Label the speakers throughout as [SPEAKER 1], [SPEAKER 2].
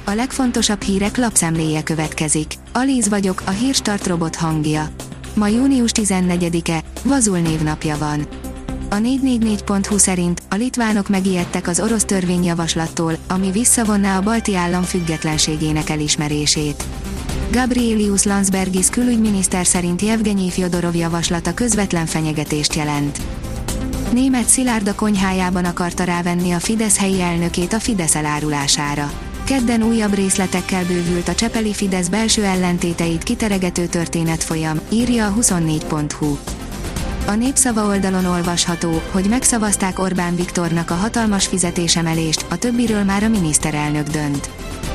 [SPEAKER 1] A legfontosabb hírek lapszemléje következik. Alíz vagyok, a Hírstart robot hangja. Ma június 14-e, Vazul névnapja van. A 444.hu szerint a litvánok megijedtek az orosz törvényjavaslattól, ami visszavonná a balti állam függetlenségének elismerését. Gabrielius Landsbergis külügyminiszter szerint Jevgenyi Fjodorov javaslata közvetlen fenyegetést jelent. Németh Szilárd a konyhájában akarta rávenni a Fidesz helyi elnökét a Fidesz elárulására. Kedden újabb részletekkel bővült a csepeli Fidesz belső ellentéteit kiteregető történetfolyam, írja a 24.hu. A Népszava oldalon olvasható, hogy megszavazták Orbán Viktornak a hatalmas fizetésemelést, a többiről már a miniszterelnök dönt.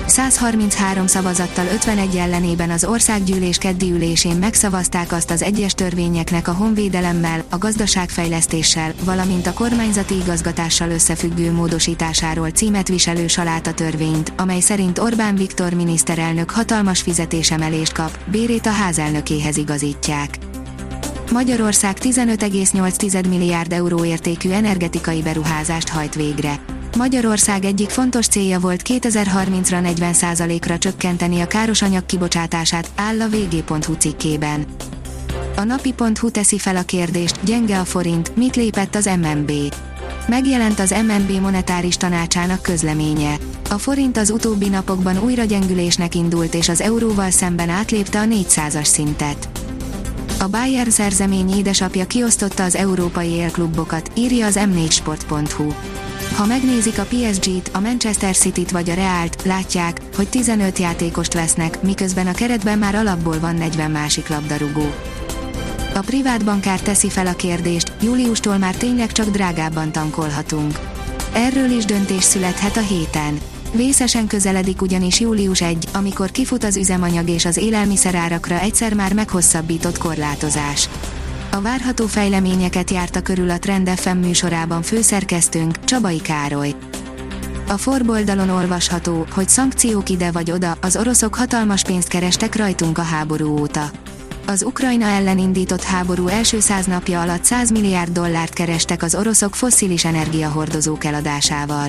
[SPEAKER 1] 133 szavazattal 51 ellenében az országgyűlés keddi ülésén megszavazták azt az egyes törvényeknek a honvédelemmel, a gazdaságfejlesztéssel, valamint a kormányzati igazgatással összefüggő módosításáról címet viselő salátatörvényt, amely szerint Orbán Viktor miniszterelnök hatalmas fizetésemelést kap, bérét a házelnökéhez igazítják. Magyarország 15,8 milliárd euró értékű energetikai beruházást hajt végre. Magyarország egyik fontos célja volt 2030-ra 40%-ra csökkenteni a károsanyag kibocsátását, áll a vg.hu cikkében. A napi.hu teszi fel a kérdést, gyenge a forint, mit lépett az MNB? Megjelent az MNB monetáris tanácsának közleménye. A forint az utóbbi napokban újra gyengülésnek indult és az euróval szemben átlépte a 400-as szintet. A Bayern szerzemény édesapja kiosztotta az európai élklubokat, írja az m4sport.hu. Ha megnézik a PSG-t, a Manchester City-t vagy a Realt, látják, hogy 15 játékost vesznek, miközben a keretben már alapból van 40 másik labdarúgó. A privát bankár teszi fel a kérdést, júliustól már tényleg csak drágábban tankolhatunk. Erről is döntés születhet a héten. Vészesen közeledik ugyanis július 1, amikor kifut az üzemanyag és az élelmiszerárakra egyszer már meghosszabbított korlátozás. A várható fejleményeket járta körül a Trend FM műsorában főszerkesztőnk, Csabai Károly. A Forbes oldalon olvasható, hogy szankciók ide vagy oda, az oroszok hatalmas pénzt kerestek rajtunk a háború óta. Az Ukrajna ellen indított háború első 100 napja alatt 100 milliárd dollárt kerestek az oroszok fosszilis energiahordozók eladásával.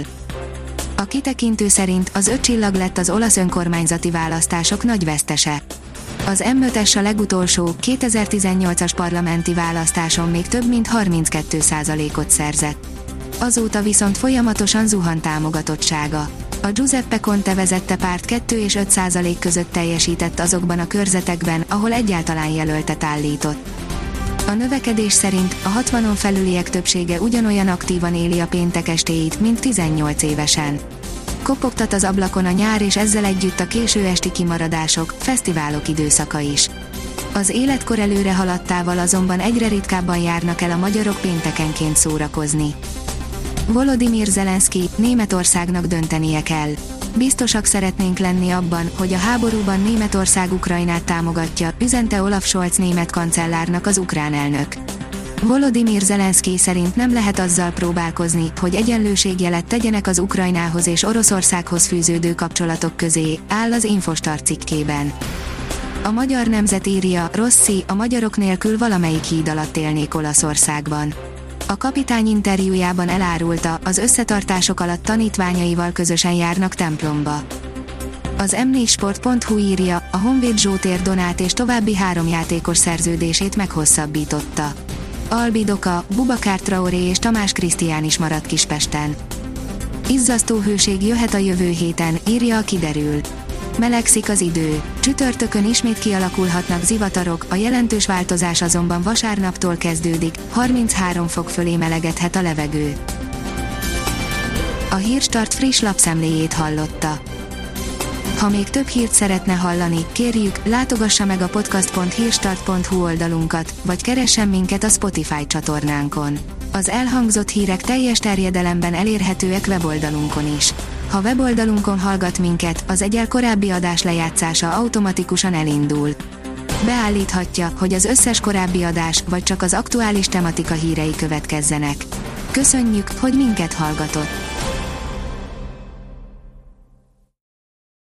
[SPEAKER 1] A kitekintő szerint az 5 csillag lett az olasz önkormányzati választások nagy vesztese. Az M5-es a legutolsó, 2018-as parlamenti választáson még több mint 32%-ot szerzett. Azóta viszont folyamatosan zuhan támogatottsága. A Giuseppe Conte vezette párt 2 és 5% között teljesített azokban a körzetekben, ahol egyáltalán jelöltet állított. A növekedés szerint a 60-on felüliek többsége ugyanolyan aktívan éli a péntek estéit, mint 18 évesen. Kopogtat az ablakon a nyár és ezzel együtt a késő esti kimaradások, fesztiválok időszaka is. Az életkor előre haladtával azonban egyre ritkábban járnak el a magyarok péntekenként szórakozni. Volodymyr Zelenszky, Németországnak döntenie kell. Biztosak szeretnénk lenni abban, hogy a háborúban Németország Ukrajnát támogatja, üzente Olaf Scholz német kancellárnak az ukrán elnök. Volodymyr Zelenszky szerint nem lehet azzal próbálkozni, hogy egyenlőségjelet tegyenek az Ukrajnához és Oroszországhoz fűződő kapcsolatok közé, áll az Infostart cikkében. A Magyar Nemzet írja, Rossi, a magyarok nélkül valamelyik híd alatt élnék Olaszországban. A kapitány interjújában elárulta, az összetartások alatt tanítványaival közösen járnak templomba. Az m4sport.hu írja, a Honvéd Zsótér Donát és további 3 játékos szerződését meghosszabbította. Albi Doka, Bubakár Traoré és Tamás Krisztián is maradt Kispesten. Izzasztó hőség jöhet a jövő héten, írja a Kiderül. Melegszik az idő. Csütörtökön ismét kialakulhatnak zivatarok, a jelentős változás azonban vasárnaptól kezdődik, 33 fok fölé melegedhet a levegő. A Hírstart friss lapszemléjét hallotta. Ha még több hírt szeretne hallani, kérjük, látogassa meg a podcast.hírstart.hu oldalunkat, vagy keressen minket a Spotify csatornánkon. Az elhangzott hírek teljes terjedelemben elérhetőek weboldalunkon is. Ha weboldalunkon hallgat minket, az egyel korábbi adás lejátszása automatikusan elindul. Beállíthatja, hogy az összes korábbi adás, vagy csak az aktuális tematika hírei következzenek. Köszönjük, hogy minket hallgatott!